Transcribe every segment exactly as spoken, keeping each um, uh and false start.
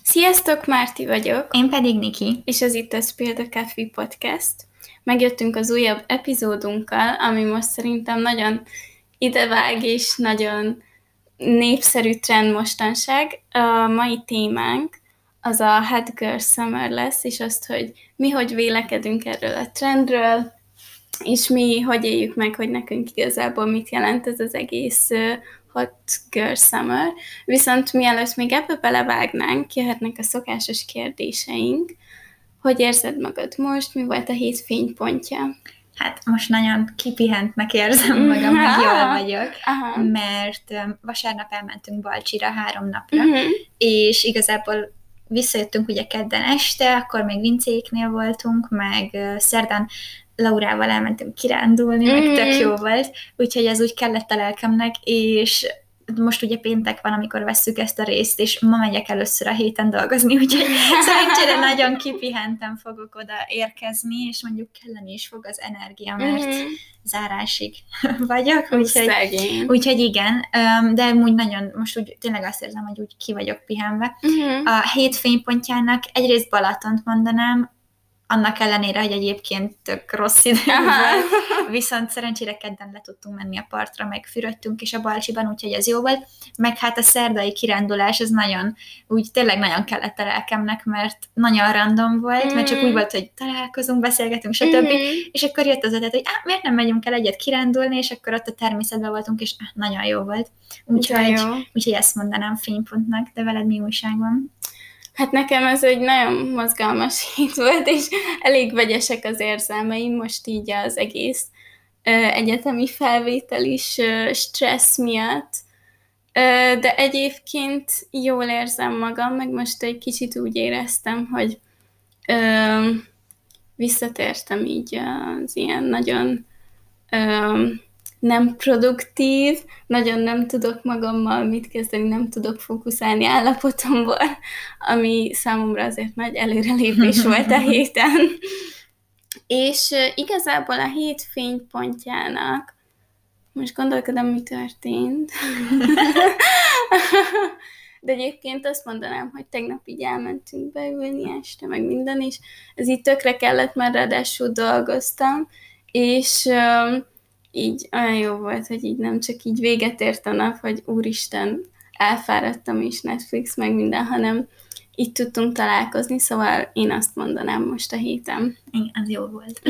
Sziasztok, Márti vagyok, Én pedig Niki. és ez itt a Spill the Coffee Podcast. Megjöttünk az újabb epizódunkkal, ami most szerintem nagyon idevág és nagyon népszerű trend mostanság. A mai témánk az a Hot Girl Summer lesz, és azt, hogy mi hogy vélekedünk erről a trendről, és mi hogy éljük meg, hogy nekünk igazából mit jelent ez az egész uh, Hot Girl Summer. Viszont mielőtt még ebbe belevágnánk, jöhetnek a szokásos kérdéseink. Hogy érzed magad most? Mi volt a hét fénypontja? Hát most nagyon kipihentnek érzem magam, meg jól vagyok, Aha. mert um, vasárnap elmentünk Balcsira három napra, Uh-huh. és igazából visszajöttünk ugye kedden este, akkor még Vincéknél voltunk, meg uh, szerdán Laurával elmentünk kirándulni, meg Mhm. tök jó volt, úgyhogy ez úgy kellett a lelkemnek, és most ugye péntek van, amikor vesszük ezt a részt, és ma megyek először a héten dolgozni, úgyhogy szerencsére nagyon kipihentem fogok oda érkezni, és mondjuk kelleni is fog az energia, mert Mhm. zárásig vagyok, Hú, úgyhogy, szegény. úgyhogy igen, öm, de úgy nagyon, most úgy tényleg azt érzem, hogy úgy ki vagyok pihenve. Mhm. A hét fénypontjának egyrészt Balatont mondanám, annak ellenére, hogy egyébként tök rossz idő Aha. volt, viszont szerencsére kedden le tudtunk menni a partra, meg fürödtünk is a Balcsiban, úgyhogy ez jó volt, meg hát a szerdai kirándulás, ez nagyon, úgy tényleg nagyon kellett a lelkemnek, mert nagyon random volt, mert csak Mhm. úgy volt, hogy találkozunk, beszélgetünk, stb. Mhm. És akkor jött az ötlet, hogy á, miért nem megyünk el egyet kirándulni, és akkor ott a természetben voltunk, és á, nagyon jó volt. De Úgyhogy, jó. úgyhogy ezt mondanám fénypontnak, de veled mi újság van? Hát nekem ez egy nagyon mozgalmas hét volt, és elég vegyesek az érzelmeim most így az egész ö, egyetemi felvétel is ö, stressz miatt. Ö, de egyébként jól érzem magam, meg most egy kicsit úgy éreztem, hogy ö, visszatértem így az ilyen nagyon ö, nem produktív, nagyon nem tudok magammal mit kezdeni, nem tudok fókuszálni állapotomból, ami számomra azért nagy előrelépés volt a héten. És uh, igazából a hét fénypontjának, most gondolkodom, mi történt, de egyébként azt mondanám, hogy tegnap így elmentünk beülni este, meg minden, és ez így tökre kellett, mert ráadásul dolgoztam, és um, így olyan jó volt, hogy így nem csak így véget ért a nap, hogy úristen, elfáradtam is Netflix, meg minden, hanem így tudtunk találkozni, szóval én azt mondanám most a héten. Igen, az jó volt.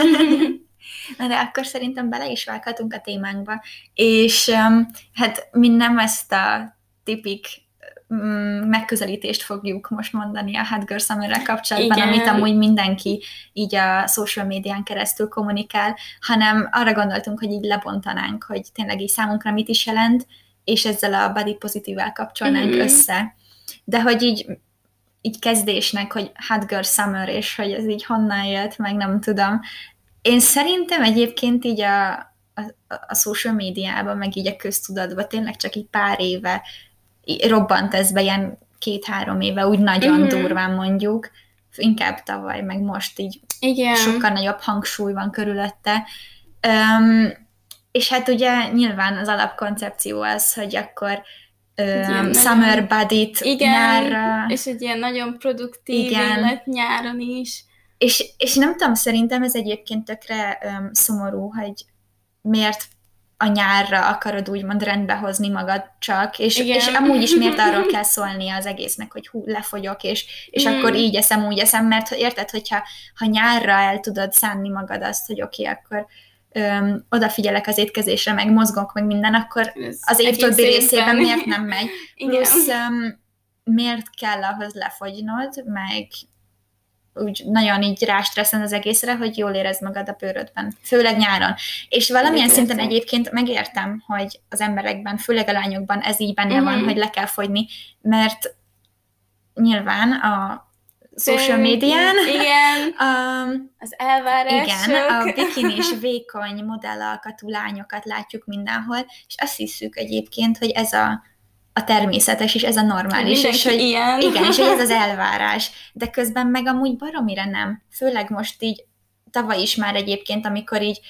Na de akkor szerintem bele is vághatunk a témánkba, és um, hát mi nem ezt a tipik um, megközelítést fogjuk most mondani a Hot Girl Summerrel kapcsolatban, Igen. amit amúgy mindenki így a social médián keresztül kommunikál, hanem arra gondoltunk, hogy így lebontanánk, hogy tényleg így számunkra mit is jelent, és ezzel a body pozitível kapcsolnánk Mhm. össze. De hogy így így kezdésnek, hogy Hot Girl Summer, és hogy ez így honnan jött, meg nem tudom. Én szerintem egyébként így a, a, a social médiában, meg így a köztudatban tényleg csak így pár éve így robbant ez be, ilyen két-három éve, úgy nagyon Mhm. durván mondjuk, inkább tavaly, meg most így Igen. sokkal nagyobb hangsúly van körülötte. Um, és hát ugye nyilván az alapkoncepció az, hogy akkor Ilyen um, summer nagyon- body-t Igen, nyárra, és egy ilyen nagyon produktív Igen. élet nyáron is. És, és nem tudom, szerintem ez egyébként tökre um, szomorú, hogy miért a nyárra akarod úgymond rendbe hozni magad csak, és, Igen. és amúgy is miért arról kell szólnia az egésznek, hogy hú, lefogyok, és, és Mm. akkor így eszem, úgy eszem, mert érted, hogyha ha nyárra el tudod szánni magad azt, hogy oké, okay, akkor öm, odafigyelek az étkezésre, meg mozgok, meg minden, akkor Ez az év egész többi évben. részében miért nem megy? Igen. Plusz öm, miért kell ahhoz lefogynod, meg úgy nagyon így rástresszen az egészre, hogy jól érezd magad a bőrödben, főleg nyáron. És valamilyen Egyetértek. szinten egyébként megértem, hogy az emberekben, főleg a lányokban ez így benne Mhm. van, hogy le kell fogyni, mert nyilván a social médián Igen, um, az elvárások. igen, a bikinis, vékony, modellalkatú lányokat látjuk mindenhol, és azt hiszük egyébként, hogy ez a, a természetes, és ez a normális, Mindenki és hogy ilyen. igen, és hogy ez az elvárás, de közben meg amúgy baromira nem. Főleg most így, tavaly is már egyébként, amikor így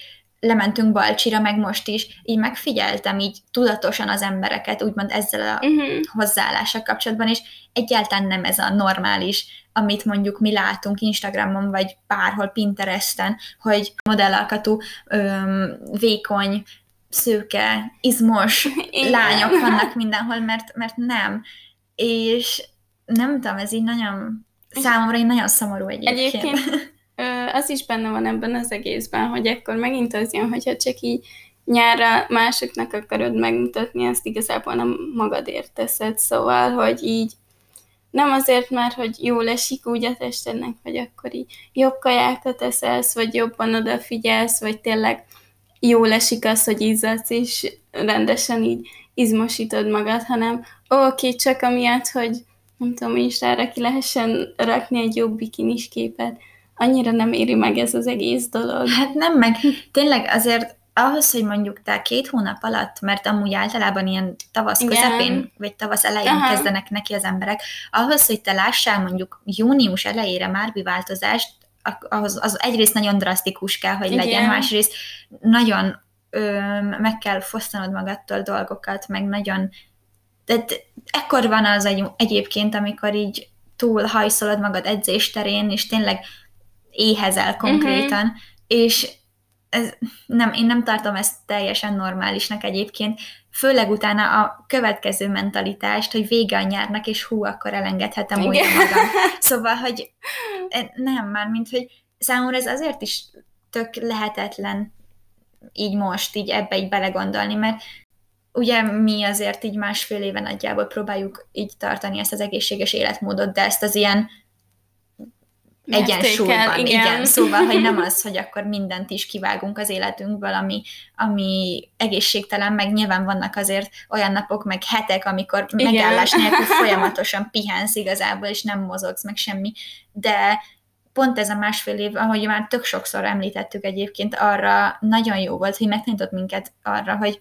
lementünk Balcsira, meg most is, így megfigyeltem így tudatosan az embereket, úgymond ezzel a uh-huh. hozzáállással kapcsolatban, és egyáltalán nem ez a normális, amit mondjuk mi látunk Instagramon, vagy bárhol Pinteresten, hogy modellalkatú, öm, vékony, szőke, izmos igen. lányok vannak mindenhol, mert, mert nem. És nem tudom, ez így nagyon, számomra így nagyon szomorú egyébként. Egyébként az is benne van ebben az egészben, hogy akkor megint az jön, hogyha csak így nyárra másoknak akarod megmutatni, azt igazából nem magadért teszed, szóval, hogy így nem azért, mert hogy jól esik úgy a testednek, vagy akkor így jobb kajákat eszelsz, vagy jobban odafigyelsz, vagy tényleg jól esik az, hogy izzadsz, és rendesen így izmosítod magad, hanem oké, okay, csak amiatt, hogy nem tudom, Instára ki lehessen rakni egy jobb bikinis képet. Annyira nem éri meg ez az egész dolog. Hát nem, meg tényleg azért ahhoz, hogy mondjuk te két hónap alatt, mert amúgy általában ilyen tavasz közepén, igen. vagy tavasz elején aha. kezdenek neki az emberek, ahhoz, hogy te lássál mondjuk június elejére márbi változást, ahhoz az egyrészt nagyon drasztikus kell, hogy legyen, igen. másrészt nagyon ö, meg kell fosztanod magadtól dolgokat, meg nagyon... Tehát ekkor van az egy, egyébként, amikor így túl hajszolod magad edzésterén, és tényleg éhezel konkrétan, uh-huh. és ez, nem, én nem tartom ezt teljesen normálisnak egyébként, főleg utána a következő mentalitást, hogy vége a nyárnak, és hú, akkor elengedhetem igen. újra magam. Szóval, hogy nem, már mint, hogy számomra ez azért is tök lehetetlen így most, így ebbe így belegondolni, mert ugye mi azért így másfél éve nagyjából próbáljuk így tartani ezt az egészséges életmódot, de ezt az ilyen egyensúlyban, igen. igen. Szóval, hogy nem az, hogy akkor mindent is kivágunk az életünkből, ami, ami egészségtelen, meg nyilván vannak azért olyan napok, meg hetek, amikor igen. megállás nélkül folyamatosan pihensz igazából, és nem mozogsz, meg semmi, de pont ez a másfél év, ahogy már tök sokszor említettük egyébként, arra nagyon jó volt, hogy megtanított minket arra, hogy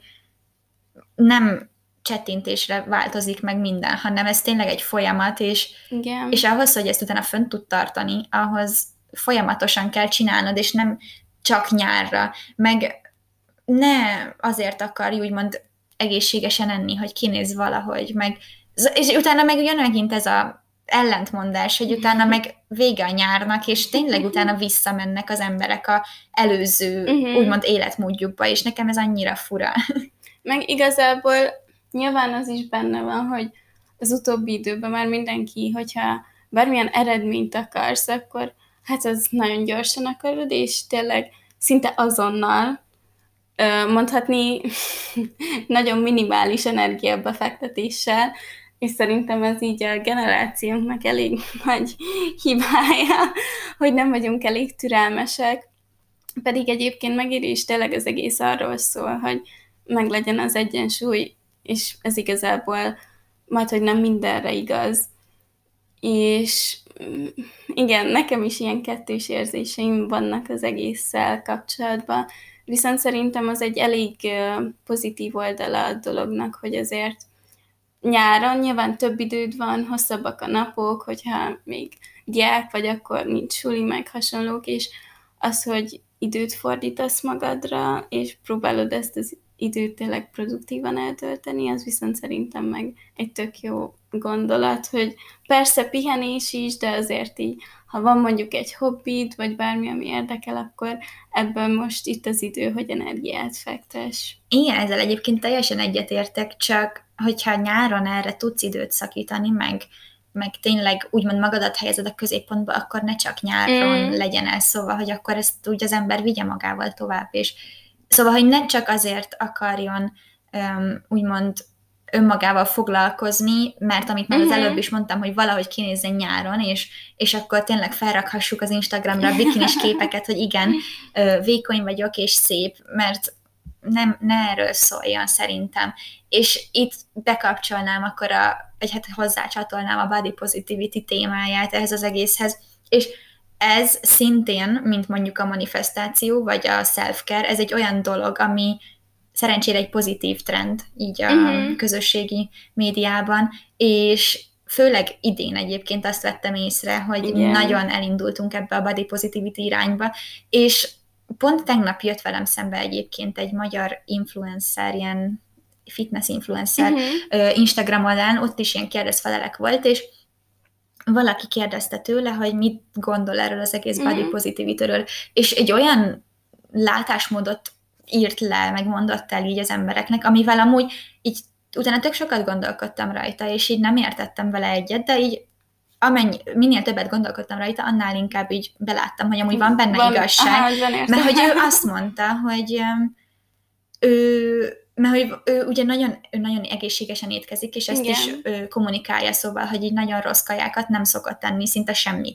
nem csettintésre változik meg minden, hanem ez tényleg egy folyamat, és, és ahhoz, hogy ezt utána fönt tud tartani, ahhoz folyamatosan kell csinálnod, és nem csak nyárra, meg ne azért akarj úgymond egészségesen enni, hogy kinéz valahogy, meg, és utána meg jön megint ez a ellentmondás, hogy utána meg vége a nyárnak, és tényleg utána visszamennek az emberek a előző uh-huh. úgymond életmódjukba, és nekem ez annyira fura. Meg igazából nyilván az is benne van, hogy az utóbbi időben már mindenki, hogyha bármilyen eredményt akarsz, akkor hát az nagyon gyorsan akarod, és tényleg szinte azonnal mondhatni nagyon minimális energiabefektetéssel, és szerintem ez így a generációnknak elég nagy hibája, hogy nem vagyunk elég türelmesek, pedig egyébként megéri is tényleg az egész arról szól, hogy meglegyen az egyensúly, és ez igazából majd, hogy nem mindenre igaz. És igen, nekem is ilyen kettős érzéseim vannak az egésszel kapcsolatban, viszont szerintem az egy elég pozitív oldala a dolognak, hogy azért nyáron nyilván több időd van, hosszabbak a napok, hogyha még diák vagy, akkor nincs suli, meg hasonlók, és az, hogy időt fordítasz magadra, és próbálod ezt az időt tényleg produktívan eltölteni, az viszont szerintem meg egy tök jó gondolat, hogy persze pihenés is, de azért így, ha van mondjuk egy hobbid, vagy bármi, ami érdekel, akkor ebből most itt az idő, hogy energiát fektess. Igen, ezzel egyébként teljesen egyetértek, csak hogyha nyáron erre tudsz időt szakítani, meg, meg tényleg úgymond magadat helyezed a középpontba, akkor ne csak nyáron mm. legyen ez, szóval, hogy akkor ezt úgy az ember vigye magával tovább, és szóval, hogy ne csak azért akarjon um, úgymond önmagával foglalkozni, mert amit már uh-huh. az előbb is mondtam, hogy valahogy kinézzen nyáron, és, és akkor tényleg felrakhassuk az Instagramra a bikinis képeket, hogy igen, vékony vagyok és szép, mert nem, ne erről szóljon szerintem. És itt bekapcsolnám akkor a, vagy hát hozzácsatolnám a body positivity témáját ehhez az egészhez, és ez szintén, mint mondjuk a manifestáció, vagy a self-care, ez egy olyan dolog, ami szerencsére egy pozitív trend így a uh-huh. közösségi médiában, és főleg idén egyébként azt vettem észre, hogy igen. nagyon elindultunk ebbe a body positivity irányba, és pont tegnap jött velem szembe egyébként egy magyar influencer, ilyen fitness influencer uh-huh. Instagram oldalán, ott is ilyen kérdezfelelek volt, és valaki kérdezte tőle, hogy mit gondol erről az egész uh-huh. body positivity-ről, és egy olyan látásmódot írt le, meg mondott el így az embereknek, amivel amúgy így utána tök sokat gondolkodtam rajta, és így nem értettem vele egyet, de így amennyi, minél többet gondolkodtam rajta, annál inkább így beláttam, hogy amúgy van benne van, igazság, aha, mert hogy ő azt mondta, hogy ő, mert hogy ő ugye nagyon, ő nagyon egészségesen étkezik, és ezt igen. is ő kommunikálja, szóval, hogy így nagyon rossz kajákat nem szokott tenni, szinte semmit.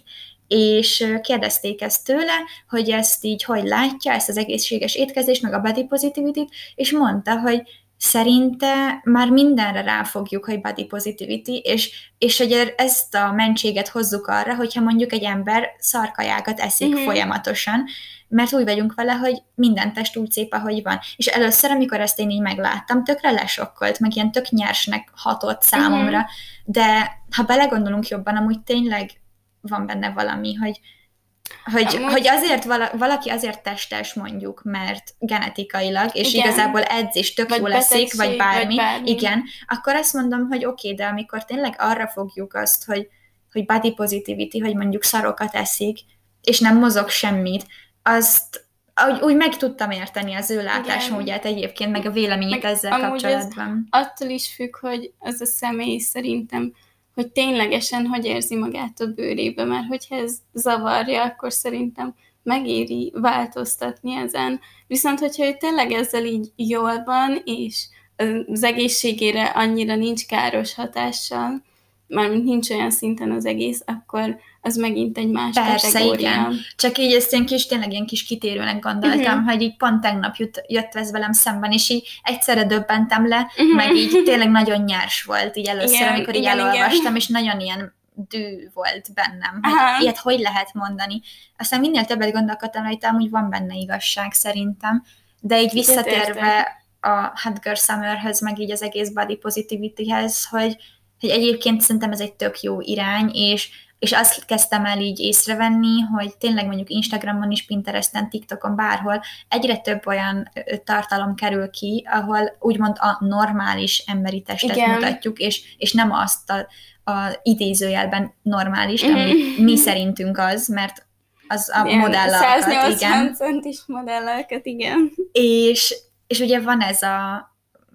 És kérdezték ezt tőle, hogy ezt így hogy látja, ezt az egészséges étkezést, meg a body positivity-t, és mondta, hogy szerinte már mindenre ráfogjuk, hogy body positivity, és, és hogy ezt a mentséget hozzuk arra, hogyha mondjuk egy ember szarkajákat eszik mm-hmm. folyamatosan, mert úgy vagyunk vele, hogy minden test úgy szép, ahogy van. És először, amikor ezt én így megláttam, tökre lesokkolt, meg ilyen tök nyersnek hatott számomra, mm-hmm. de ha belegondolunk jobban, amúgy tényleg van benne valami, hogy Hogy, Amúgy... hogy azért vala, valaki azért testes mondjuk, mert genetikailag, és igen. igazából edz és tök vagy jó leszik, vagy bármi, vagy bármi, igen, akkor azt mondom, hogy oké, okay, de amikor tényleg arra fogjuk azt, hogy, hogy body positivity, hogy mondjuk szarokat eszik, és nem mozog semmit, azt úgy, úgy meg tudtam érteni az ő látásmódját egyébként, meg a véleményét meg ezzel kapcsolatban. Attól is függ, hogy az a személy szerintem hogy ténylegesen hogy érzi magát a bőrébe, mert hogyha ez zavarja, akkor szerintem megéri változtatni ezen. Viszont, hogyha ő tényleg ezzel így jól van, és az egészségére annyira nincs káros hatással, mármint nincs olyan szinten az egész, akkor az megint egy más persze, kategória. Igen. Csak így ezt én kis, tényleg ilyen kis kitérőnek gondoltam, uh-huh. hogy így pont tegnap jött, jött ez velem szemben, és így egyszerre döbbentem le, uh-huh. meg így tényleg nagyon nyers volt így először, igen, amikor így igen, elolvastam, igen. és nagyon ilyen dű volt bennem, hogy uh-huh. ilyet hogy lehet mondani. Aztán minél többet gondolkodtam rajta, amúgy van benne igazság szerintem, de így visszatérve a Hot Girl Summerhöz, meg így az egész body positivityhez, hogy, hogy egyébként szerintem ez egy tök jó irány, és és azt kezdtem el így észrevenni, hogy tényleg mondjuk Instagramon is, Pinteresten, TikTokon, bárhol egyre több olyan tartalom kerül ki, ahol úgymond a normális emberi testet igen. mutatjuk, és, és nem azt a, a idézőjelben normális, mm-hmm. ami mi szerintünk az, mert az a ilyen modellalkat, száznyolcvan centis modellalkat, igen. És, és ugye van ez a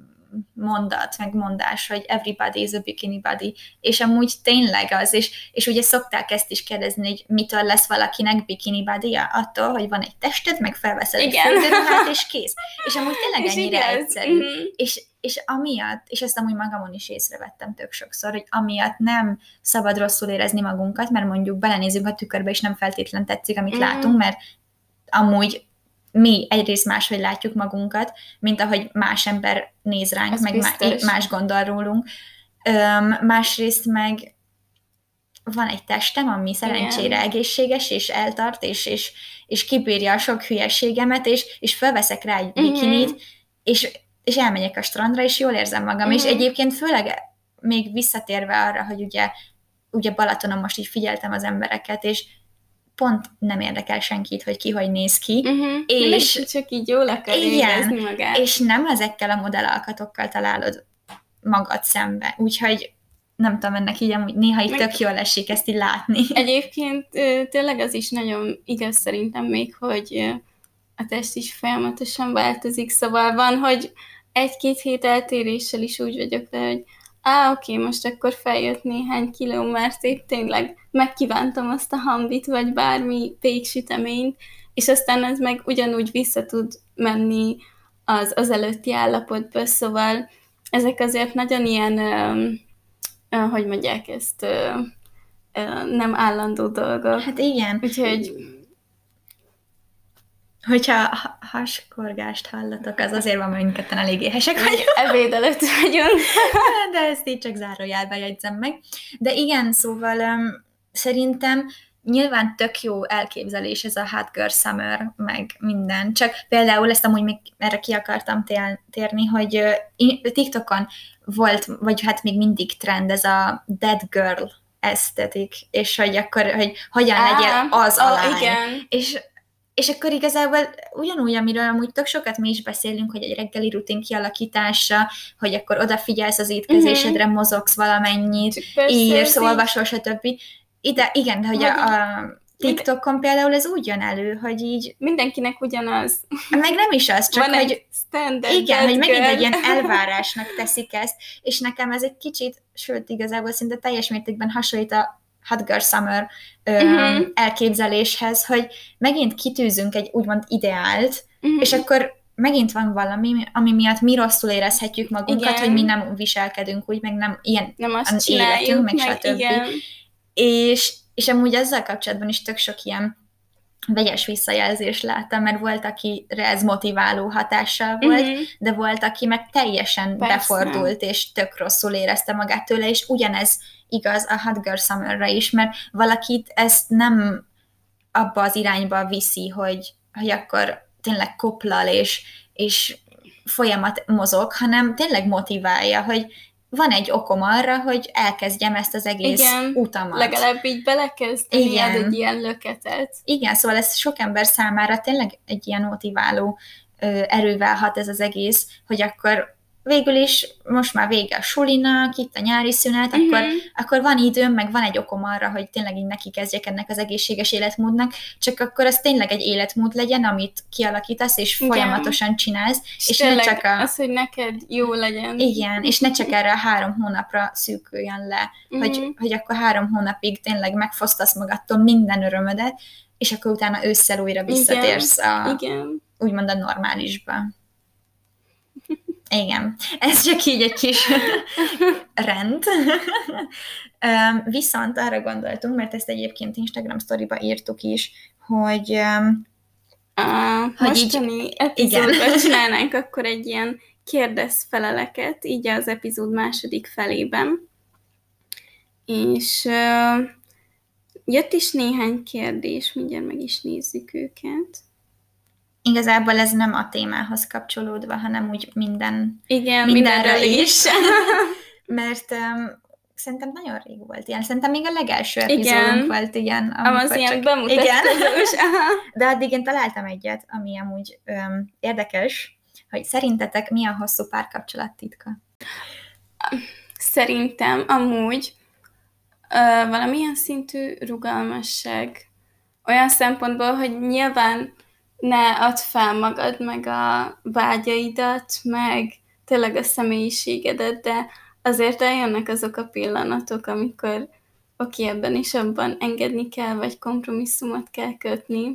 mondat, meg mondás, hogy everybody is a bikini body, és amúgy tényleg az, és, és ugye szokták ezt is kérdezni, hogy mitől lesz valakinek bikini body-ja? Attól, hogy van egy tested, meg felveszed egy fürdőruhát, és kész. És amúgy tényleg és ennyire igaz. Egyszerű. Mm-hmm. És, és amiatt, és ezt amúgy magamon is észrevettem tök sokszor, hogy amiatt nem szabad rosszul érezni magunkat, mert mondjuk belenézünk a tükörbe, és nem feltétlen tetszik, amit mm-hmm. látunk, mert amúgy mi egyrészt máshogy látjuk magunkat, mint ahogy más ember néz ránk, ez meg biztos. Más gondol rólunk. Öm, másrészt meg van egy testem, ami szerencsére igen. egészséges, és eltart, és, és, és kibírja a sok hülyeségemet, és, és felveszek rá egy bikinit, uh-huh. és, és elmegyek a strandra, és jól érzem magam. Uh-huh. És egyébként főleg még visszatérve arra, hogy ugye, ugye Balatonon most így figyeltem az embereket, és pont nem érdekel senkit, hogy ki hogy néz ki, uh-huh. és nem, csak így jól akar érezni magát. És nem ezekkel a modellalkatokkal találod magad szembe. Úgyhogy nem tudom, ennek így amúgy néha így tök jól esik ezt így látni. Egyébként tényleg az is nagyon igaz szerintem még, hogy a test is folyamatosan változik, szóval van, hogy egy-két hét eltéréssel is úgy vagyok vele, hogy á, oké, most akkor feljött néhány kiló, mert épp tényleg megkívántam azt a hambit, vagy bármi péksüteményt, és aztán ez meg ugyanúgy vissza tud menni az, az előtti állapotba, szóval ezek azért nagyon ilyen, ö, ö, hogy mondják ezt, ö, ö, nem állandó dolgok. Hát igen. Úgyhogy... Hogyha haskorgást hallatok, az azért van, mert mindketten elég éhesek vagyunk. Ebéd előtt vagyunk. De ezt így csak zárójelben jegyzem meg. De igen, szóval um, szerintem nyilván tök jó elképzelés ez a Hot Girl Summer, meg minden. Csak például ezt amúgy még erre ki akartam térni, hogy uh, TikTokon volt, vagy hát még mindig trend ez a dead girl aesthetic, és hogy akkor, hogy hogyan Á, legyen az a lány. Igen. És És akkor igazából ugyanúgy, amiről amúgy tök sokat mi is beszélünk, hogy egy reggeli rutin kialakítása, hogy akkor odafigyelsz az étkezésedre, uh-huh. mozogsz valamennyit, írsz, olvasol, stb. Ide, igen, de hogy a, a TikTokon például ez úgy jön elő, hogy így... Mindenkinek ugyanaz. Meg nem is az, csak van hogy... Standard igen, hogy megint egy ilyen elvárásnak teszik ezt, és nekem ez egy kicsit, sőt, igazából szinte teljes mértékben hasonlít a Hot Girl Summer uh-huh. um, elképzeléshez, hogy megint kitűzünk egy úgymond ideált, uh-huh. és akkor megint van valami, ami miatt mi rosszul érezhetjük magunkat, igen. hogy mi nem viselkedünk úgy, meg nem ilyen nem azt életünk, meg, meg stb. És, és amúgy ezzel kapcsolatban is tök sok ilyen vegyes visszajelzést láttam, mert volt, akire ez motiváló hatással volt, uh-huh. de volt, aki meg teljesen persze. befordult, és tök rosszul érezte magát tőle, és ugyanez igaz a Hot Girl Summerra is, mert valakit ezt nem abba az irányba viszi, hogy, hogy akkor tényleg koplal, és, és folyamat mozog, hanem tényleg motiválja, hogy van egy okom arra, hogy elkezdjem ezt az egész igen, utamat. Legalább így belekezdeni egy ilyen löketet. Igen, szóval ez sok ember számára tényleg egy ilyen motiváló ö, erővel hat ez az egész, hogy akkor végül is most már vége a sulinak, itt a nyári szünet, uh-huh. akkor, akkor van időm, meg van egy okom arra, hogy tényleg így neki kezdjek ennek az egészséges életmódnak, csak akkor az tényleg egy életmód legyen, amit kialakítasz, és igen. folyamatosan csinálsz. És, és ne csak a... az, hogy neked jó legyen. Igen, és ne csak erre a három hónapra szűküljön le, uh-huh. hogy, hogy akkor három hónapig tényleg megfosztasz magadtól minden örömödet, és akkor utána ősszel újra visszatérsz igen. a, igen. úgymond a normálisba. Igen, ez csak így egy kis rend. Viszont arra gondoltunk, mert ezt egyébként Instagram sztoriba írtuk is, hogy, a hogy mostani így, epizódban csinálnánk akkor egy ilyen kérdezfeleleket, így az epizód második felében. És uh, jött is néhány kérdés, mindjárt meg is nézzük őket. Igazából ez nem a témához kapcsolódva, hanem úgy minden, igen, mindenre is. is. Mert um, szerintem nagyon rég volt ilyen. Szerintem még a legelső epizódunk volt ilyen. Az ilyen bemutatkozós. De addig én találtam egyet, ami amúgy um, érdekes, hogy szerintetek mi a hosszú párkapcsolat titka? Szerintem amúgy uh, valamilyen szintű rugalmasság. Olyan szempontból, hogy nyilván ne add fel magad, meg a vágyaidat, meg tényleg a személyiségedet, de azért eljönnek azok a pillanatok, amikor oké, ebben és abban engedni kell, vagy kompromisszumot kell kötni,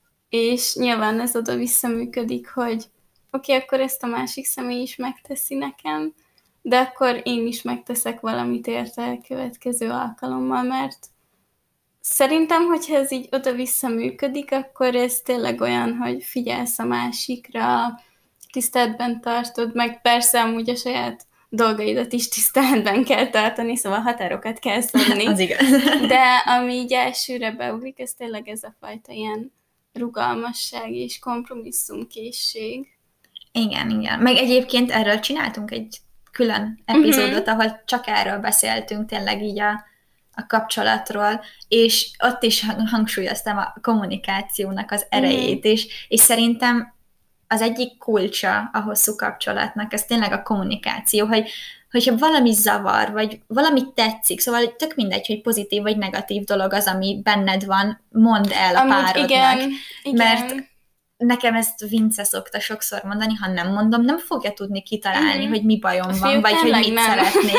és nyilván ez oda-vissza működik, hogy oké, akkor ezt a másik személy is megteszi nekem, de akkor én is megteszek valamit érte a következő alkalommal, mert szerintem, hogyha ez így oda-vissza működik, akkor ez tényleg olyan, hogy figyelsz a másikra, tiszteletben tartod, meg persze amúgy a saját dolgaidat is tiszteletben kell tartani, szóval határokat kell szabni. Az igaz. De ami így elsőre beugrik, ez tényleg ez a fajta ilyen rugalmasság és kompromisszumkészség. Igen, igen. Meg egyébként erről csináltunk egy külön epizódot, uh-huh. ahol csak erről beszéltünk, tényleg így a a kapcsolatról, és ott is hangsúlyoztam a kommunikációnak az erejét, mm. és, és szerintem az egyik kulcsa a hosszú kapcsolatnak, ez tényleg a kommunikáció, hogy, hogyha valami zavar, vagy valami tetszik, szóval tök mindegy, hogy pozitív vagy negatív dolog az, ami benned van, mondd el a amúgy párodnak. Igen, igen. Mert nekem ezt Vince szokta sokszor mondani, ha nem mondom, nem fogja tudni kitalálni, mm. hogy mi bajom van, vagy hogy mit nem. szeretnék.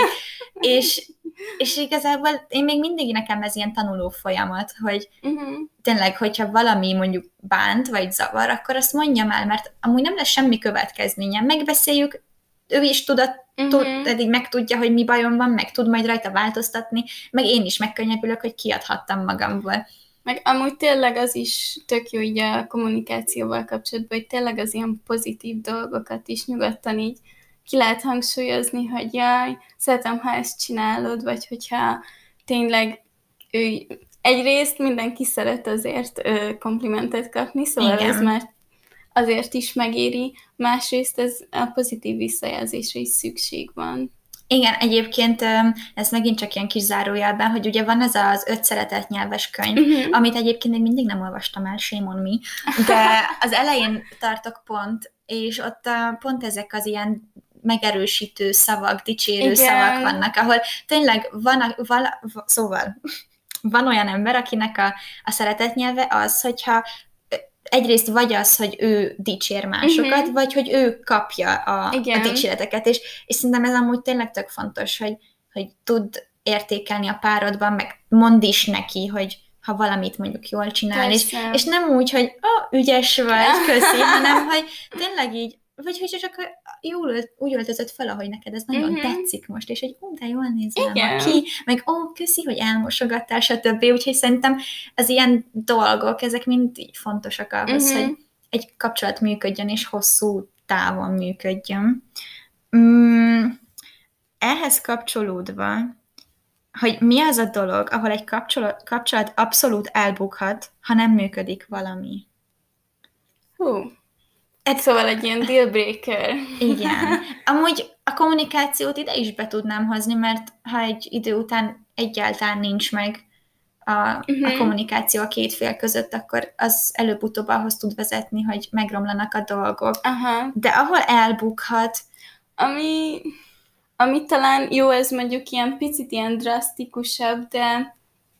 és És igazából én még mindig nekem ez ilyen tanuló folyamat, hogy uh-huh. tényleg, hogyha valami mondjuk bánt, vagy zavar, akkor azt mondjam el, mert amúgy nem lesz semmi következménye. Megbeszéljük, ő is tudod, uh-huh. tud, eddig megtudja, hogy mi bajom van, meg tud majd rajta változtatni, meg én is megkönnyebbülök, hogy kiadhattam magamból. Meg amúgy tényleg az is tök jó így a kommunikációval kapcsolatban, hogy tényleg az ilyen pozitív dolgokat is nyugodtan így ki lehet hangsúlyozni, hogy jaj, szeretem, ha ezt csinálod, vagy hogyha tényleg ő, egyrészt mindenki szeret azért ö, komplimentet kapni, szóval igen. ez már azért is megéri, másrészt ez a pozitív visszajelzésre is szükség van. Igen, egyébként ez megint csak ilyen kis zárójelben, hogy ugye van ez az öt szeretett nyelves könyv, uh-huh. amit egyébként még mindig nem olvastam el, shame on me, de az elején tartok pont, és ott pont ezek az ilyen megerősítő szavak, dicsérő Igen. szavak vannak, ahol tényleg van, vala, szóval van olyan ember, akinek a, a szeretett nyelve az, hogyha egyrészt vagy az, hogy ő dicsér másokat, uh-huh. vagy hogy ő kapja a, a dicséreteket, és, és szerintem ez amúgy tényleg tök fontos, hogy, hogy tud értékelni a párodban, meg mondd is neki, hogy ha valamit mondjuk jól csinál, és, és nem úgy, hogy oh, ügyes vagy, köszi, hanem hogy tényleg így, vagy hogy csak jól ölt, úgy öltözött fel, ahogy neked ez nagyon uh-huh. tetszik most, és hogy ó, de jól nézel ki, meg ó, köszi, hogy elmosogattál, stb. Úgyhogy szerintem az ilyen dolgok, ezek mind így fontosak ahhoz, uh-huh. hogy egy kapcsolat működjön, és hosszú távon működjön. Mm, ehhez kapcsolódva, hogy mi az a dolog, ahol egy kapcsolat, kapcsolat abszolút elbukhat, ha nem működik valami. Hú. Szóval egy ilyen dealbreaker. Igen. Amúgy a kommunikációt ide is be tudnám hozni, mert ha egy idő után egyáltalán nincs meg a, uh-huh. a kommunikáció a két fél között, akkor az előbb-utóbb ahhoz tud vezetni, hogy megromlanak a dolgok. Aha. De ahol elbukhat... Ami, ami talán jó, ez mondjuk ilyen picit ilyen drasztikusabb, de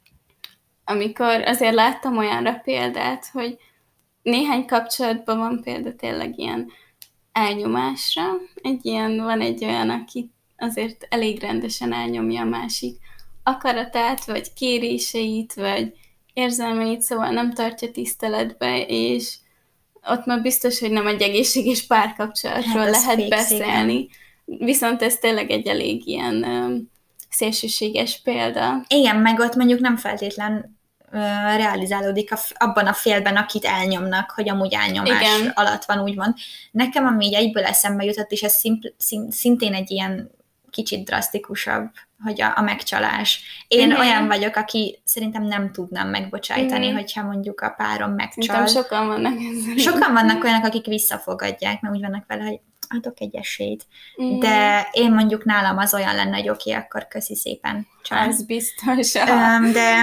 amikor azért láttam olyanra példát, hogy néhány kapcsolatban van például tényleg ilyen elnyomásra. Egy ilyen, van egy olyan, aki azért elég rendesen elnyomja a másik akaratát, vagy kéréseit, vagy érzelmeit, szóval nem tartja tiszteletbe, és ott már biztos, hogy nem egy egészséges párkapcsolatról hát lehet fix, beszélni. Igen. Viszont ez tényleg egy elég ilyen um, szélsőséges példa. Igen, meg ott mondjuk nem feltétlen realizálódik a, abban a félben, akit elnyomnak, hogy amúgy elnyomás Igen. alatt van, úgymond. Nekem ami így egyből eszembe jutott, és ez szimpl, szintén egy ilyen kicsit drasztikusabb, hogy a, a megcsalás. Én Igen. olyan vagyok, aki szerintem nem tudnám megbocsájtani, Igen. hogyha mondjuk a párom megcsal. Szerintem sokan vannak ezzel. Sokan vannak olyanok, akik visszafogadják, mert úgy vannak vele, hogy adok egy esélyt. Mm. De én mondjuk nálam az olyan lenne, hogy oké, okay, akkor köszi szépen. Csal. Az biztos. De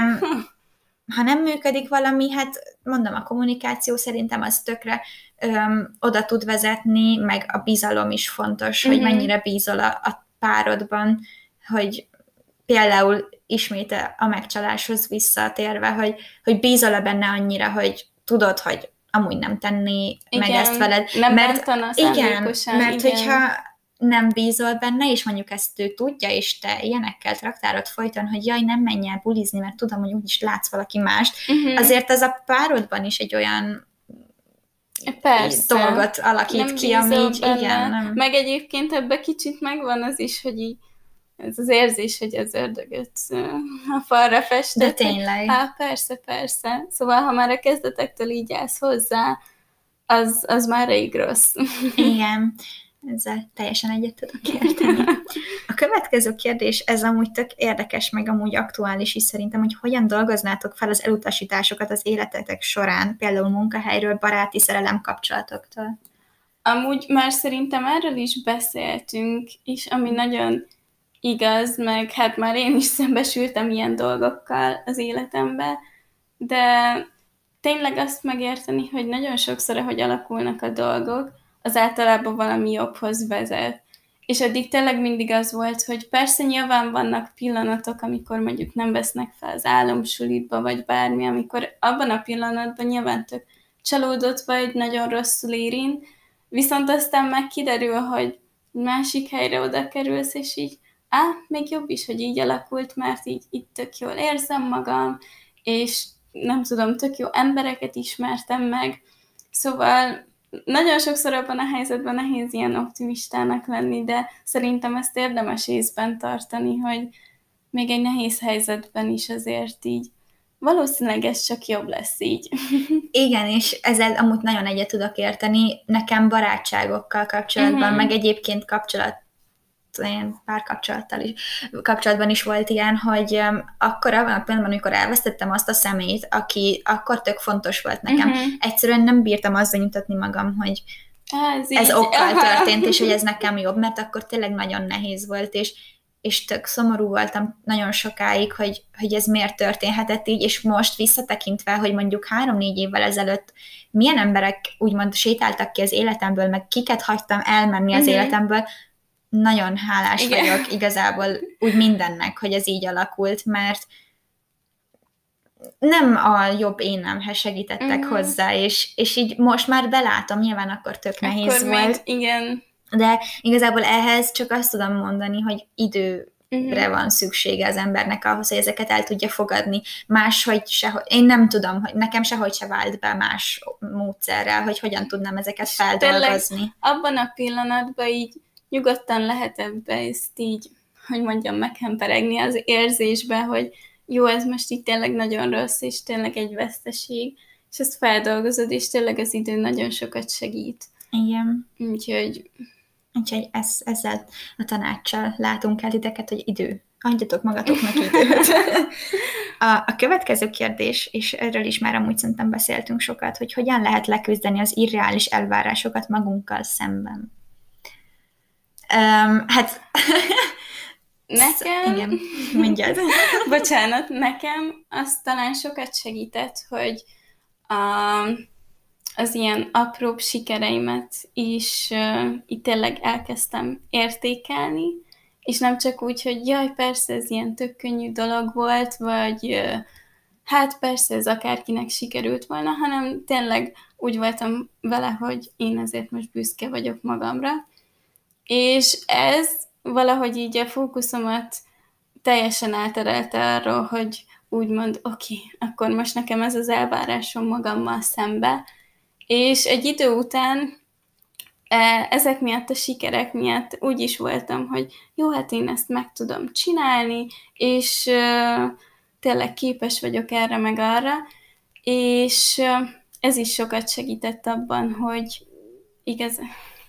ha nem működik valami, hát mondom, a kommunikáció szerintem az tökre öm, oda tud vezetni, meg a bizalom is fontos, mm-hmm. hogy mennyire bízol a, a párodban, hogy például ismét a megcsaláshoz visszatérve, hogy, hogy bízol-e benne annyira, hogy tudod, hogy amúgy nem tenni igen, meg ezt veled. Nem mert, igen, mert igen. hogyha nem bízol benne, és mondjuk ezt ő tudja, és te ilyenekkel traktárod folyton, hogy jaj, nem menj el bulizni, mert tudom, hogy úgyis látsz valaki mást, uh-huh. azért az a párodban is egy olyan Persze. dolgot alakít nem ki, ami így, igen. Nem. Meg egyébként ebben kicsit megvan az is, hogy így ez az érzés, hogy az ördögöt a falra festett. De tényleg. Hát persze, persze. Szóval, ha már a kezdetektől így állsz hozzá, az, az már elég rossz. Igen. Ezzel teljesen egyet tudok érteni. A következő kérdés, ez amúgy tök érdekes, meg amúgy aktuális is szerintem, hogy hogyan dolgoznátok fel az elutasításokat az életetek során, például munkahelyről, baráti szerelem kapcsolatoktól. Amúgy már szerintem erről is beszéltünk, és ami nagyon igaz, meg hát már én is szembesültem ilyen dolgokkal az életemben, de tényleg azt megérteni, hogy nagyon sokszor, ahogy alakulnak a dolgok, az általában valami jobbhoz vezet. És eddig tényleg mindig az volt, hogy persze nyilván vannak pillanatok, amikor mondjuk nem vesznek fel az álomsulitba, vagy bármi, amikor abban a pillanatban nyilván tök csalódott vagy, nagyon rosszul érint, viszont aztán meg kiderül, hogy másik helyre oda kerülsz, és így, á, még jobb is, hogy így alakult, mert így itt tök jól érzem magam, és nem tudom, tök jó embereket ismertem meg. Szóval nagyon sokszor abban a helyzetben nehéz ilyen optimistának lenni, de szerintem ezt érdemes észben tartani, hogy még egy nehéz helyzetben is azért így valószínűleg ez csak jobb lesz így. Igen, és ezzel amúgy nagyon egyet tudok érteni. Nekem barátságokkal kapcsolatban, uh-huh. meg egyébként kapcsolat, ilyen párkapcsolattal is, kapcsolatban is volt ilyen, hogy um, akkor abban a pillanatban, amikor elvesztettem azt a személyt, aki akkor tök fontos volt nekem, uh-huh. egyszerűen nem bírtam azzal nyugtatni magam, hogy ez, ez okkal történt, és hogy ez nekem jobb, mert akkor tényleg nagyon nehéz volt, és, és tök szomorú voltam nagyon sokáig, hogy, hogy ez miért történhetett így, és most visszatekintve, hogy mondjuk három-négy évvel ezelőtt milyen emberek úgymond sétáltak ki az életemből, meg kiket hagytam elmenni az uh-huh. életemből, nagyon hálás Igen. vagyok igazából úgy mindennek, hogy ez így alakult, mert nem a jobb énemhez segítettek uh-huh. hozzá, és, és így most már belátom, nyilván akkor tök nehéz akkor volt. Még, igen. De igazából ehhez csak azt tudom mondani, hogy időre uh-huh. van szüksége az embernek ahhoz, hogy ezeket el tudja fogadni. Máshogy sehogy, én nem tudom, hogy nekem sehogy se vált be más módszerrel, hogy hogyan tudnám ezeket feldolgozni. Tényleg abban a pillanatban így nyugodtan lehet ebbe ezt így, hogy mondjam, meghemperegni az érzésbe, hogy jó, ez most így tényleg nagyon rossz, és tényleg egy veszteség, és ezt feldolgozod, és tényleg az idő nagyon sokat segít. Igen. Úgyhogy... Úgyhogy ez, ezzel a tanácssal látunk el titeket, hogy idő. Adjatok magatoknak időt. A, a következő kérdés, és erről is már amúgy szerintem beszéltünk sokat, hogy hogyan lehet leküzdeni az irreális elvárásokat magunkkal szemben. Um, hát... Nekem... Igen, mondjad. Bocsánat, nekem az talán sokat segített, hogy a, az ilyen apróbb sikereimet is uh, itt tényleg elkezdtem értékelni, és nem csak úgy, hogy jaj, persze ez ilyen tök könnyű dolog volt, vagy uh, hát persze ez akárkinek sikerült volna, hanem tényleg úgy voltam vele, hogy én ezért most büszke vagyok magamra. És ez valahogy így a fókuszomat teljesen elterelte arról, hogy úgymond, oké, okay, akkor most nekem ez az elvárásom magammal szembe. És egy idő után ezek miatt, a sikerek miatt úgy is voltam, hogy jó, hát én ezt meg tudom csinálni, és tényleg képes vagyok erre meg arra, és ez is sokat segített abban, hogy igaz...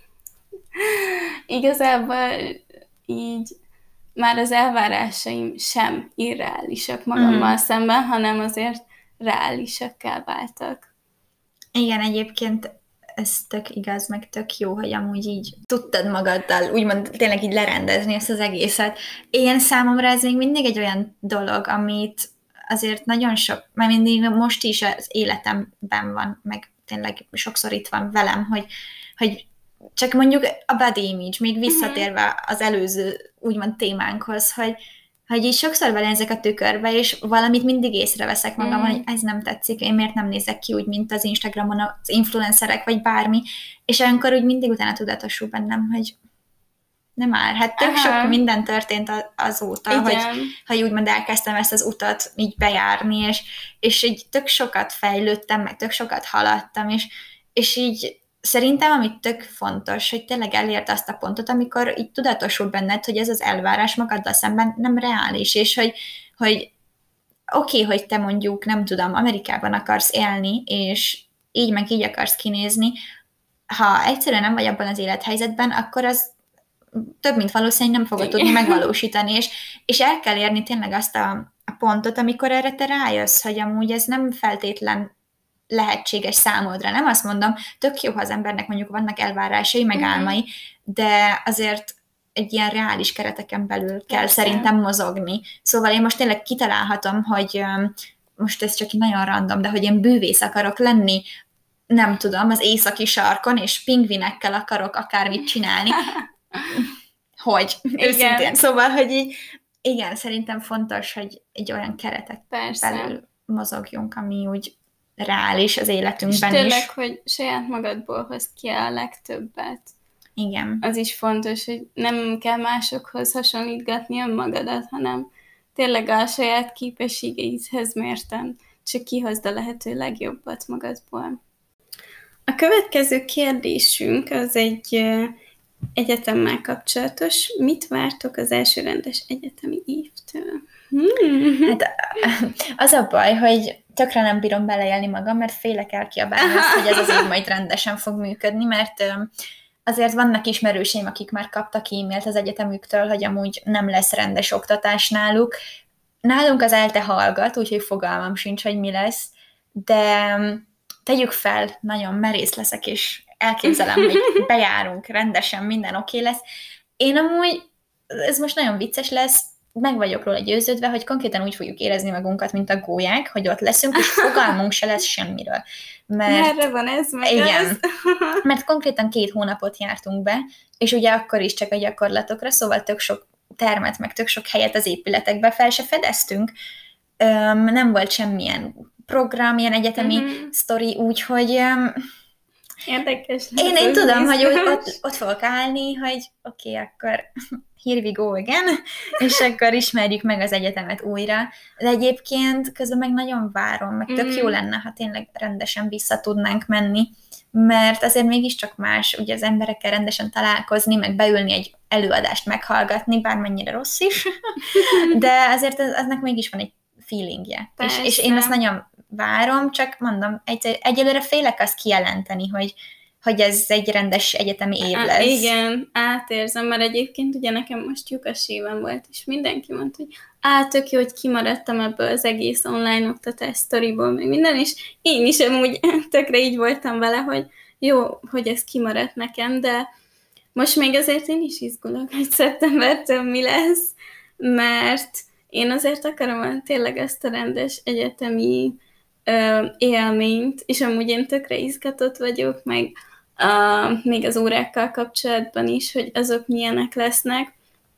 igazából így már az elvárásaim sem irreálisak magammal mm. szemben, hanem azért reálisakká váltak. Igen, egyébként ez tök igaz, meg tök jó, hogy amúgy így tudtad magaddal úgymond tényleg így lerendezni ezt az egészet. Én számomra ez még mindig egy olyan dolog, amit azért nagyon sok, már mindig most is az életemben van, meg tényleg sokszor itt van velem, hogy, hogy csak mondjuk a body image, még visszatérve az előző úgymond témánkhoz, hogy, hogy így sokszor belenézek a tükörbe, és valamit mindig észreveszek magam, mm. hogy ez nem tetszik, én miért nem nézek ki úgy, mint az Instagramon az influencerek, vagy bármi, és olyankor úgy mindig utána tudatosul bennem, hogy nem már, hát tök Aha. sok minden történt azóta, hogy, hogy úgymond elkezdtem ezt az utat így bejárni, és, és így tök sokat fejlődtem, meg tök sokat haladtam, és, és így szerintem, amit tök fontos, hogy tényleg elért azt a pontot, amikor így tudatosul benned, hogy ez az elvárás magaddal szemben nem reális, és hogy, hogy oké, okay, hogy te mondjuk, nem tudom, Amerikában akarsz élni, és így meg így akarsz kinézni, ha egyszerűen nem vagy abban az élethelyzetben, akkor az több mint valószínűleg nem fogod tudni megvalósítani, és, és el kell érni tényleg azt a, a pontot, amikor erre te rájössz, hogy amúgy ez nem feltétlen lehetséges számodra. Nem azt mondom, tök jó, ha az embernek mondjuk vannak elvárásai, meg mm-hmm. álmai, de azért egy ilyen reális kereteken belül kell Persze. szerintem mozogni. Szóval én most tényleg kitalálhatom, hogy um, most ez csak nagyon random, de hogy én bűvész akarok lenni, nem tudom, az északi sarkon, és pingvinekkel akarok akármit csinálni. Hogy? Igen. Őszintén. Szóval, hogy így, igen, szerintem fontos, hogy egy olyan keretek Persze. belül mozogjunk, ami úgy reális az életünkben és is. tényleg, hogy saját magadból hoz ki a legtöbbet. Igen. Az is fontos, hogy nem kell másokhoz hasonlítgatni önmagadat, hanem tényleg a saját képességeidhez mérten csak kihozd a lehető legjobbat magadból. A következő kérdésünk az egy egyetemmel kapcsolatos. Mit vártok az első rendes egyetemi évtől? Hmm. Hát az a baj, hogy tökre nem bírom beleélni magam, mert félek elkiabálni azt, hogy ez az év majd rendesen fog működni, mert azért vannak ismerőseim, akik már kaptak e-mailt az egyetemüktől, hogy amúgy nem lesz rendes oktatás náluk. Nálunk az ELTE hallgat, úgyhogy fogalmam sincs, hogy mi lesz, de tegyük fel, nagyon merész leszek, és elképzelem, hogy bejárunk rendesen, minden oké okay lesz. Én amúgy ez most nagyon vicces lesz, meg vagyok róla győződve, hogy konkrétan úgy fogjuk érezni magunkat, mint a gólyák, hogy ott leszünk, és fogalmunk se lesz semmiről. Mert, Merre van ez, meg igen, az? mert konkrétan két hónapot jártunk be, és ugye akkor is csak a gyakorlatokra, szóval tök sok termet, meg tök sok helyet az épületekbe fel se fedeztünk. Öm, nem volt semmilyen program, ilyen egyetemi uh-huh. sztori, úgyhogy öm, érdekes. Én, én tudom, hogy ott, ott fogok állni, hogy oké, okay, akkor here we go again, és akkor ismerjük meg az egyetemet újra. De egyébként közben meg nagyon várom, meg tök mm. jó lenne, ha tényleg rendesen vissza tudnánk menni, mert azért mégiscsak más, ugye az emberekkel rendesen találkozni, meg beülni egy előadást meghallgatni, bármennyire rossz is, de azért az, aznak mégis van egy feelingje. És, és én ezt nagyon várom, csak mondom, egy, egyelőre félek azt kijelenteni, hogy hogy ez egy rendes egyetemi év lesz. Igen, átérzem, mert egyébként ugye nekem most lyukas évem volt, és mindenki mondta, hogy á, tök jó, hogy kimaradtam ebből az egész online oktatás sztoriból, meg minden, és én is amúgy tökre így voltam vele, hogy jó, hogy ez kimaradt nekem, de most még azért én is izgulok, hogy szeptembertől mi lesz, mert én azért akarom tényleg ezt a rendes egyetemi ö, élményt, és amúgy én tökre izgatott vagyok, meg Uh, még az órákkal kapcsolatban is, hogy azok milyenek lesznek,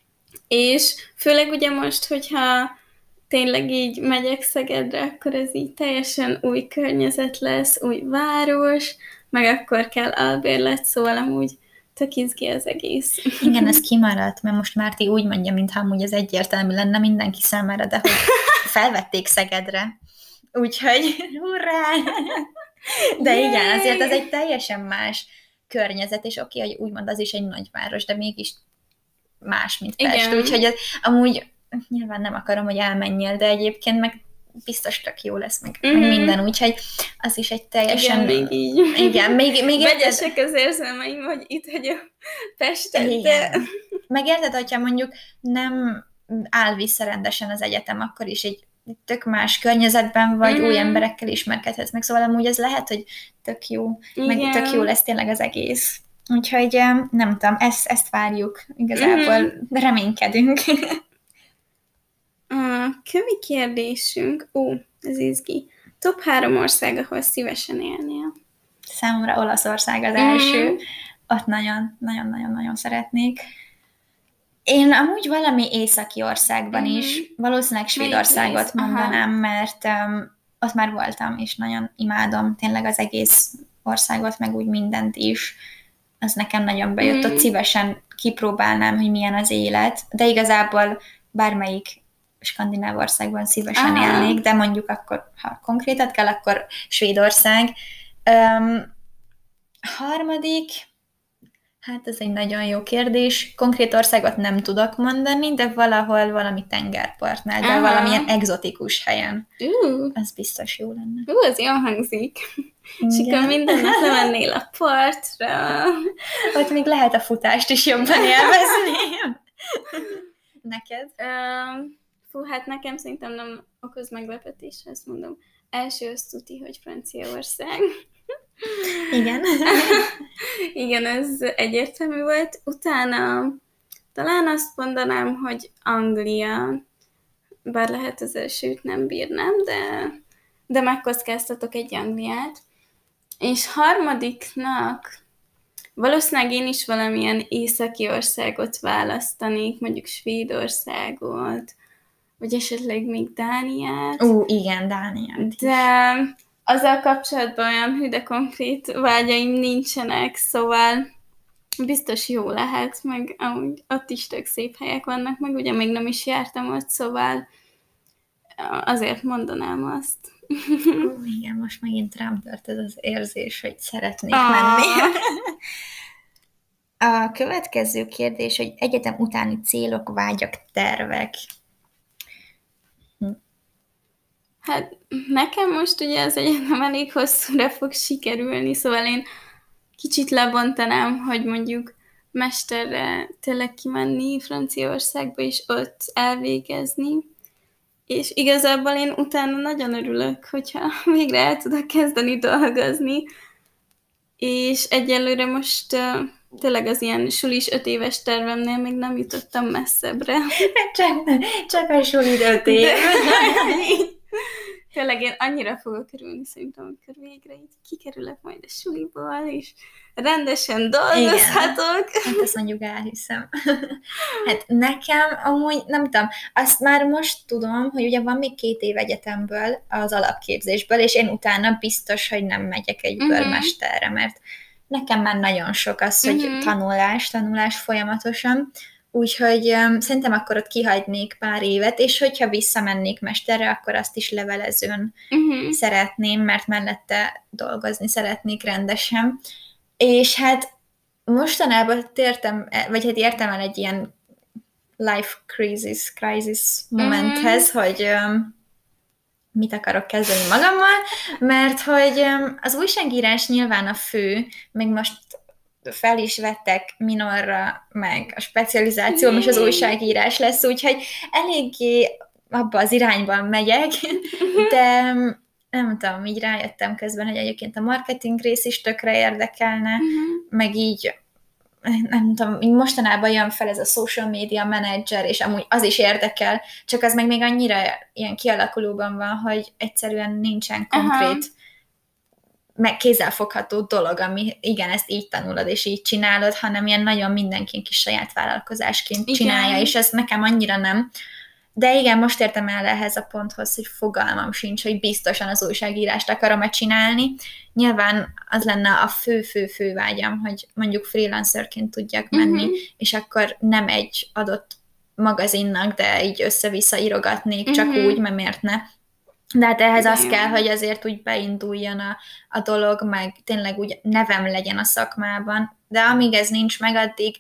és főleg ugye most, hogyha tényleg így megyek Szegedre, akkor ez így teljesen új környezet lesz, új város, meg akkor kell albérlet, szóval amúgy tök izgi az egész. Igen, ez kimaradt, mert most Márti úgy mondja, mintha amúgy ez egyértelmű lenne mindenki számára, de hogy felvették Szegedre. Úgyhogy hurrá! De Yay! Igen, azért ez egy teljesen más környezet, és oké, okay, hogy úgymond az is egy nagyváros, de mégis más, mint Pest. Úgyhogy az, amúgy nyilván nem akarom, hogy elmenjél, de egyébként meg biztos tök jó lesz, meg, mm-hmm. meg minden, úgyhogy az is egy teljesen... Igen, még így. Igen, még, még vegyesek az érzelmeim, hogy itt vagyok Pesten, de... Meg érted, hogyha mondjuk nem áll vissza rendesen az egyetem, akkor is egy tök más környezetben vagy, mm-hmm. új emberekkel ismerkedhetsz meg, szóval amúgy ez lehet, hogy tök jó, igen. meg tök jó lesz tényleg az egész. Úgyhogy nem tudom, ezt, ezt várjuk, igazából mm-hmm. reménykedünk. A kövi kérdésünk, ó, ez izgi. Top három ország, ahol szívesen élnél? Számomra Olaszország az első. Mm-hmm. Ott nagyon-nagyon-nagyon szeretnék. Én amúgy valami északi országban mm-hmm. is, valószínűleg Svédországot mondanám, mert um, ott már voltam, és nagyon imádom tényleg az egész országot, meg úgy mindent is. Az nekem nagyon bejött, mm-hmm. ott szívesen kipróbálnám, hogy milyen az élet, de igazából bármelyik skandináv országban szívesen Aha. élnék, de mondjuk akkor, ha konkrétat kell, akkor Svédország. Um, harmadik, hát ez egy nagyon jó kérdés. Konkrét országot nem tudok mondani, de valahol valami tengerpartnál, de Aha. valamilyen egzotikus helyen. Uh. Az biztos jó lenne. Ú, uh, ez jól hangzik. És akkor minden nap lemennél a partra. Ott még lehet a futást is jobban élvezni. Neked? Um, fú, hát nekem szerintem nem okoz meglepetésre, ezt mondom. Első azt tuti, hogy Franciaország. Igen. Igen, ez egyértelmű volt. Utána talán azt mondanám, hogy Anglia, bár lehet az elsőt nem bírnám, de, de megkockáztatok egy Angliát. És harmadiknak valószínűleg én is valamilyen északi országot választanék, mondjuk Svédországot, vagy esetleg még Dániát. Ú, igen, Dániát. De azzal kapcsolatban olyan hű, de konkrét vágyaim nincsenek, szóval biztos jó lehet, meg amúgy ott is tök szép helyek vannak, meg ugye még nem is jártam ott, szóval azért mondanám azt. Ó, igen, most megint rám tört ez az érzés, hogy szeretnék ah. menni. A következő kérdés, hogy egyetem utáni célok, vágyak, tervek. Hm. Hát nekem most ugye az egyetem elég hosszúra fog sikerülni, szóval én kicsit lebontanám, hogy mondjuk mesterre tényleg kimenni Franciaországba, és ott elvégezni. És igazából én utána nagyon örülök, hogyha végre el tudok kezdeni dolgozni. És egyelőre most uh, tényleg az ilyen sulis öt éves tervemnél még nem jutottam messzebbre. Csak, csak a sulit öt év. De, tényleg én annyira fogok örülni szerintem, amikor végre így kikerülök majd a suliból, és rendesen dolgozhatok. Igen. Hát ezt mondjuk elhiszem. Hát nekem amúgy, nem tudom, azt már most tudom, hogy ugye van még két év egyetemből az alapképzésből, és én utána biztos, hogy nem megyek egy Mhm. bőrmesterre, mert nekem már nagyon sok az, hogy Mhm. tanulás, tanulás folyamatosan, úgyhogy um, szerintem akkor ott kihagynék pár évet, és hogyha visszamennék mesterre, akkor azt is levelezőn Mhm. szeretném, mert mellette dolgozni szeretnék rendesen. És hát mostanában tértem, vagy hát értem el egy ilyen life crisis, crisis momenthez, hogy um, mit akarok kezdeni magammal, mert hogy um, az újságírás nyilván a fő, még most fel is vettek minorra, meg a specializációm és az újságírás lesz, úgyhogy eléggé abba az irányban megyek, de nem tudom, így rájöttem közben, hogy egyébként a marketing rész is tökre érdekelne, Mhm. meg így nem tudom, így mostanában jön fel ez a social media manager, és amúgy az is érdekel, csak az meg még annyira ilyen kialakulóban van, hogy egyszerűen nincsen konkrét, meg kézzelfogható dolog, ami igen, ezt így tanulod, és így csinálod, hanem ilyen nagyon mindenki kis saját vállalkozásként Igen. csinálja, és ez nekem annyira nem. De igen, most értem el ehhez a ponthoz, hogy fogalmam sincs, hogy biztosan az újságírást akarom-e csinálni. Nyilván az lenne a fő-fő-fő vágyam, hogy mondjuk freelancerként tudjak menni, Mhm. és akkor nem egy adott magazinnak, de így össze-vissza írogatnék, csak Mhm. úgy, mert miért ne. De hát ehhez az Igen. kell, hogy azért úgy beinduljon a, a dolog, meg tényleg úgy nevem legyen a szakmában. De amíg ez nincs meg, addig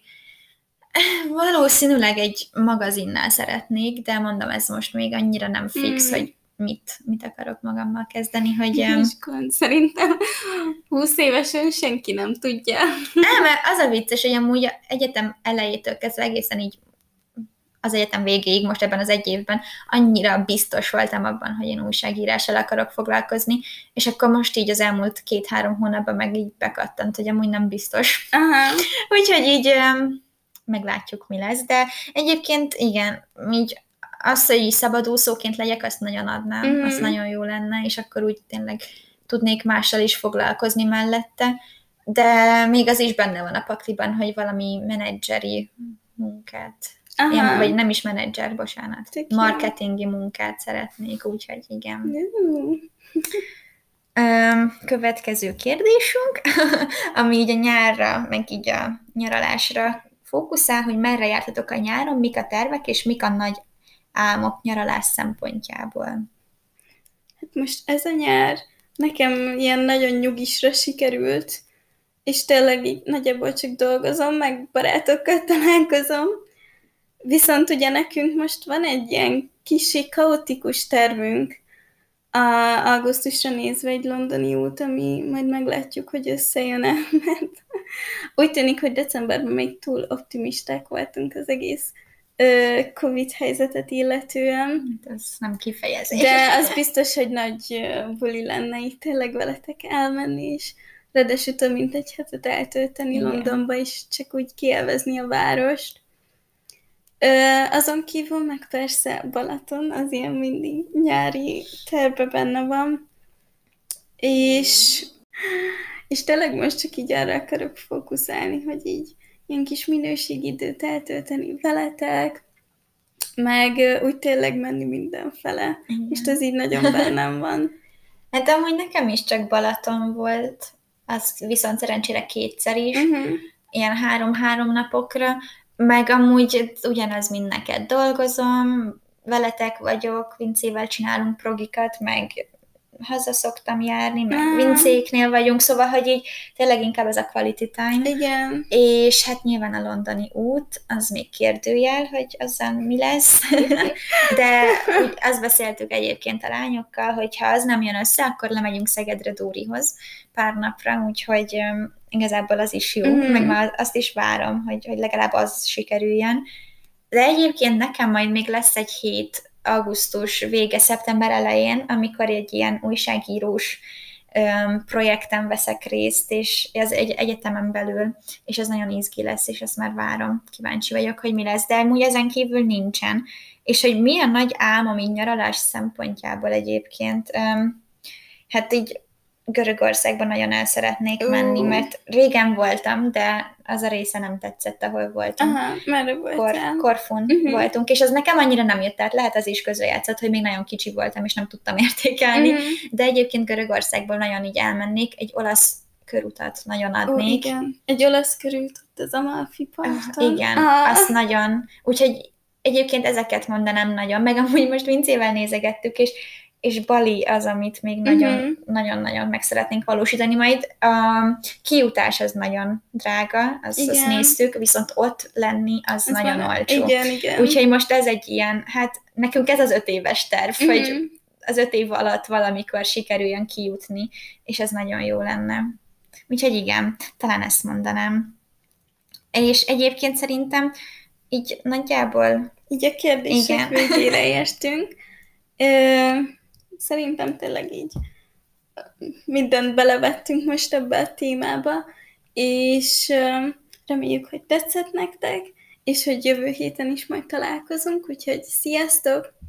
valószínűleg egy magazinnál szeretnék, de mondom, ez most még annyira nem fix, Mm. hogy mit, mit akarok magammal kezdeni, hogy... em, És gond, szerintem húsz évesen senki nem tudja. Nem, mert az a vicces, hogy amúgy a egyetem elejétől kezdve egészen így az egyetem végéig, most ebben az egy évben annyira biztos voltam abban, hogy én újságírással akarok foglalkozni, és akkor most így az elmúlt két-három hónapban meg így bekattant, hogy amúgy nem biztos. Aha. Úgyhogy így em, meglátjuk, mi lesz, de egyébként igen, így azt, hogy így szabadúszóként legyek, azt nagyon adnám, Mhm. az nagyon jó lenne, és akkor úgy tényleg tudnék mással is foglalkozni mellette, de még az is benne van a pakliban, hogy valami menedzseri munkát, Aha. ilyen, vagy nem is menedzser, bocsánat, Tök jó. marketingi munkát szeretnék, úgyhogy igen. Ú. Öm, Következő kérdésünk, ami így a nyárra, meg így a nyaralásra fókuszál, hogy merre jártatok a nyáron, mik a tervek, és mik a nagy álmok nyaralás szempontjából. Hát most ez a nyár nekem ilyen nagyon nyugisra sikerült, és tényleg így nagyjából csak dolgozom, meg barátokkal találkozom. Viszont ugye nekünk most van egy ilyen kicsi kaotikus tervünk a augusztusra nézve egy londoni út, ami majd meglátjuk, hogy összejön-e, mert úgy tűnik, hogy decemberben még túl optimisták voltunk az egész ö, Covid helyzetet illetően. Ez nem kifejezés. De az biztos, hogy nagy ö, buli lenne itt tényleg veletek elmenni, és ráadásul több mint egy hetet eltölteni Igen. Londonba, és csak úgy kielvezni a várost. Ö, azon kívül meg persze Balaton, az ilyen mindig nyári terve benne van. És, és tényleg most csak így arra akarok fókuszálni, hogy így ilyen kis minőségidőt eltölteni veletek, meg ö, úgy tényleg menni mindenfele. Igen. És ez így nagyon bennem van. Hát amúgy nekem is csak Balaton volt, az viszont szerencsére kétszer is, Uh-huh. ilyen három-három napokra, meg amúgy ugyanaz, mint neked dolgozom, veletek vagyok, Vincével csinálunk progikat, meg haza szoktam járni, meg Ah. Vincéknél vagyunk, szóval, hogy így tényleg inkább ez a quality time. Igen. És hát nyilván a londoni út, az még kérdőjel, hogy azzal mi lesz. De úgy azt beszéltük egyébként a lányokkal, hogy ha az nem jön össze, akkor lemegyünk Szegedre Dórihoz pár napra, úgyhogy um, igazából az is jó, Mhm. meg már azt is várom, hogy, hogy legalább az sikerüljön. De egyébként nekem majd még lesz egy hét augusztus vége, szeptember elején, amikor egy ilyen újságírós öm, projekten veszek részt, és ez egy egyetemen belül, és ez nagyon izgi lesz, és ezt már várom. Kíváncsi vagyok, hogy mi lesz, de amúgy ezen kívül nincsen. És hogy milyen nagy álmom így nyaralás szempontjából egyébként, öm, hát így Görögországban nagyon el szeretnék Ú. menni, mert régen voltam, de az a része nem tetszett, ahol voltam. Aha, merre Kor, voltál? Korfun Mhm. voltunk, és az nekem annyira nem jött, tehát lehet az is közrejátszott, hogy még nagyon kicsi voltam, és nem tudtam értékelni, Mhm. de egyébként Görögországból nagyon így elmennék, egy olasz körutat nagyon Ó, adnék. igen. Egy olasz körült ott az Amalfi Ah, parton. igen, Ah. azt nagyon. Úgyhogy egyébként ezeket mondanám nagyon, meg amúgy most Vincével nézegettük, és, és Bali az, amit még nagyon, Mhm. nagyon-nagyon meg szeretnénk valósítani. Majd a kijutás az nagyon drága, azt, azt Igen. néztük, viszont ott lenni az Ez nagyon van- olcsó. Igen, igen. Úgyhogy most ez egy ilyen, hát nekünk ez az öt éves terv, Mhm. hogy az öt év alatt valamikor sikerüljön kijutni, és ez nagyon jó lenne. Úgyhogy igen, talán ezt mondanám. És egyébként szerintem így nagyjából Így a kérdések Igen. végére értünk. Ö, szerintem tényleg így mindent belevettünk most ebbe a témába, és ö, reméljük, hogy tetszett nektek, és hogy jövő héten is majd találkozunk, úgyhogy sziasztok!